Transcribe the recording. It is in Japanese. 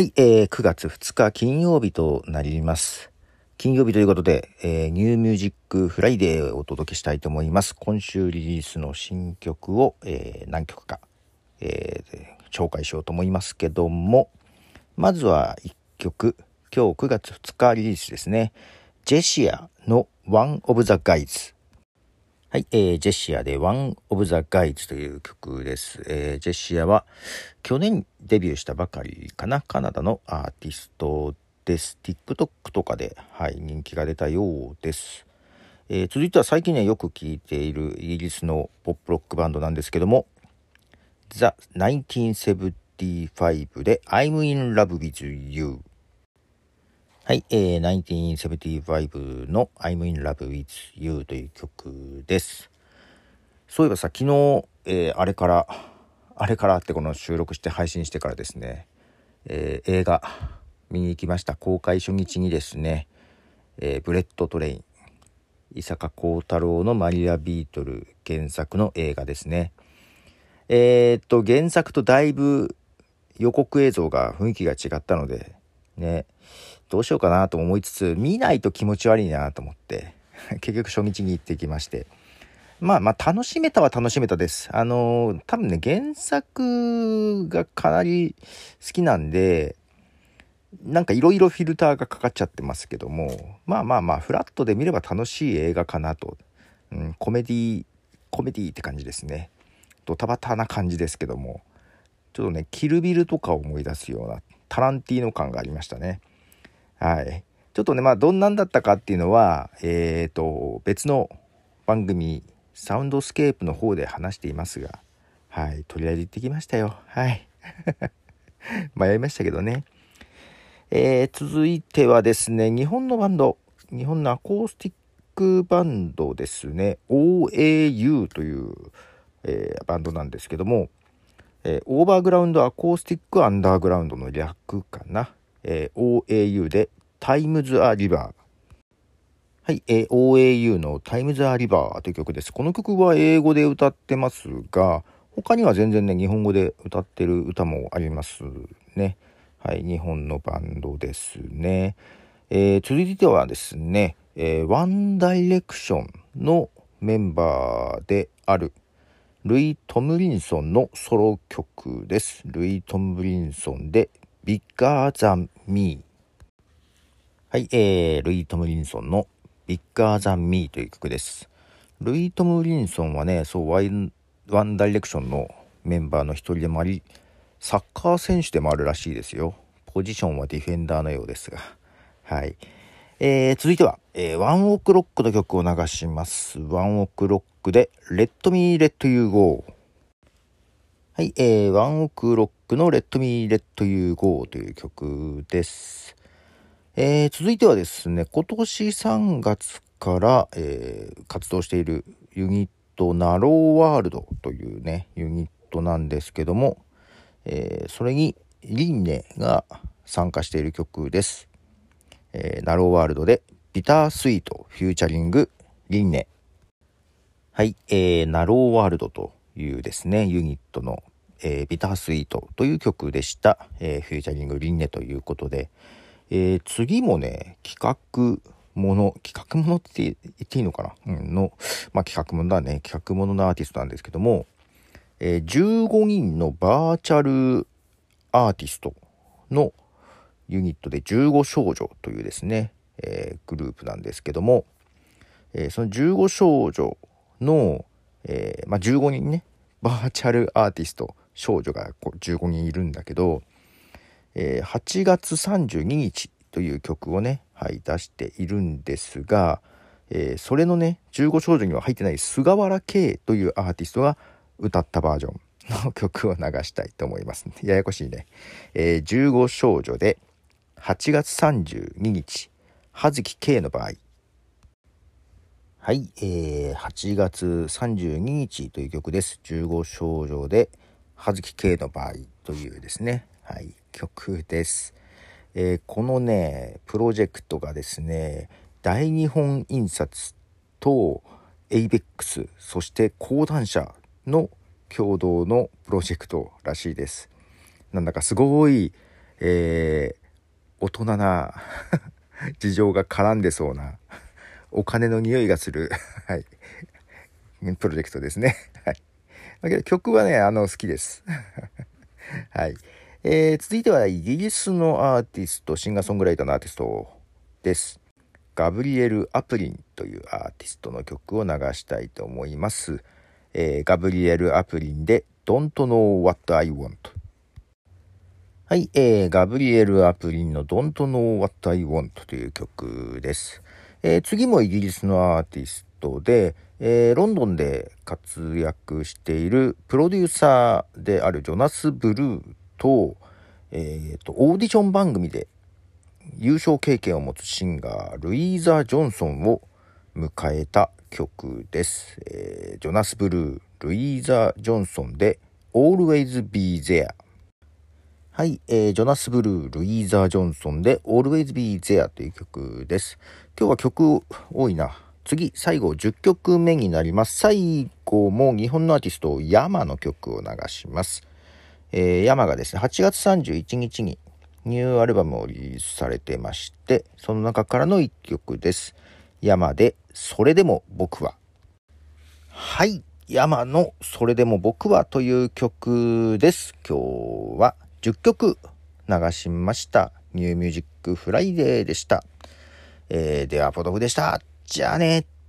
はい、9月2日金曜日となります。金曜日ということで、ニューミュージックフライデーをお届けしたいと思います。今週リリースの新曲を、何曲か、紹介しようと思いますけども、まずは1曲、今日9月2日リリースですね。ジェシアの One of the Guys。はい、ジェシアで One of the Guys という曲です。ジェシアは去年デビューしたばかりかな、カナダのアーティストです。TikTok とかで、人気が出たようです。続いては最近ねよく聴いているイギリスのポップロックバンドなんですけども、The 1975で I'm in love with you。はい、1975の I'm in love with you という曲です。そういえばさ、昨日、あれからってこの収録して配信してからですね、映画見に行きました。公開初日にですね、ブレッドトレイン、伊坂幸太郎のマリアビートル原作の映画ですね。原作とだいぶ予告映像が雰囲気が違ったのでね、どうしようかなと思いつつ、見ないと気持ち悪いなと思って結局初日に行ってきまして、まあ楽しめたは楽しめたです。多分ね原作がかなり好きなんで、なんかいろいろフィルターがかかっちゃってますけども、まあフラットで見れば楽しい映画かなと、コメディって感じですね。ドタバタな感じですけども、ちょっとねキルビルとかを思い出すようなタランティーノ感がありましたね。はい。ちょっとねどんなんだったかっていうのは別の番組サウンドスケープの方で話していますが、とりあえず行ってきましたよ。迷いましたけどね。続いてはですね、日本のアコースティックバンドですね、 OAU という、バンドなんですけども、オーバーグラウンドアコースティックアンダーグラウンドの略かな、OAU でタイムズ・ア・リバー。はい、OAU のタイムズ・ア・リバーという曲です。この曲は英語で歌ってますが、他には全然ね日本語で歌ってる歌もありますね。日本のバンドですね。続いてはですね、ワンダイレクションのメンバーであるルイ・トムリンソンのソロ曲です。ルイ・トムリンソンで Bigger Than Me。はい、ルイ・トムリンソンの Bigger Than Me という曲です。ルイ・トムリンソンはね、ワンダイレクションのメンバーの一人でもあり、サッカー選手でもあるらしいですよ。ポジションはディフェンダーのようですが。続いては、ワンオクロックの曲を流します。ワンオクロックで Let Me Let You Go。はい、ワンオクロックの Let Me Let You Go という曲です。続いてはですね、今年3月から、活動しているユニットナローワールドというねユニットなんですけども、それにリンネが参加している曲です。ナローワールドでビタースイートフューチャリングリンネ。はい、ナローワールドというですねユニットの、ビタースイートという曲でした。フューチャリングリンネということで、次もね企画ものって言っていいのかな、企画もののアーティストなんですけども、15人のバーチャルアーティストのユニットで15少女というですね、グループなんですけども、その15少女の、15人ねバーチャルアーティスト少女が15人いるんだけど、8月32日という曲をね、出しているんですが、それのね15少女には入ってない菅原圭というアーティストが歌ったバージョンの曲を流したいと思います。ややこしいね。15少女で8月32日葉月圭の場合。はい、8月32日という曲です。15少女で葉月圭の場合というですね、曲です。このねプロジェクトがですね、大日本印刷とエイベックス、そして講談社の共同のプロジェクトらしいです。なんだかすごい、 大人な事情が絡んでそうなお金の匂いがするはい、プロジェクトですね。はい。だけど曲はね、好きです。はい。続いてはイギリスのアーティスト、シンガーソングライターのアーティストです。ガブリエル・アプリンというアーティストの曲を流したいと思います。ガブリエル・アプリンで Don't Know What I Want。はい、ガブリエル・アプリンの Don't Know What I Want という曲です。次もイギリスのアーティストで、ロンドンで活躍しているプロデューサーであるジョナス・ブルーと、オーディション番組で優勝経験を持つシンガールイーザ・ジョンソンを迎えた曲です。ジョナス・ブルー、ルイーザ・ジョンソンで Always Be There。はい、ジョナス・ブルー、ルイーザー・ジョンソンで Always Be There という曲です。今日は曲多いな。次、最後10曲目になります。最後も日本のアーティスト、ヤマの曲を流します。ヤマがですね、8月31日にニューアルバムをリリースされてまして、その中からの1曲です。ヤマで、それでも僕は。はい、ヤマのそれでも僕はという曲です。今日は10曲流しました。ニューミュージックフライデーでした。ではポトフでした。じゃあね。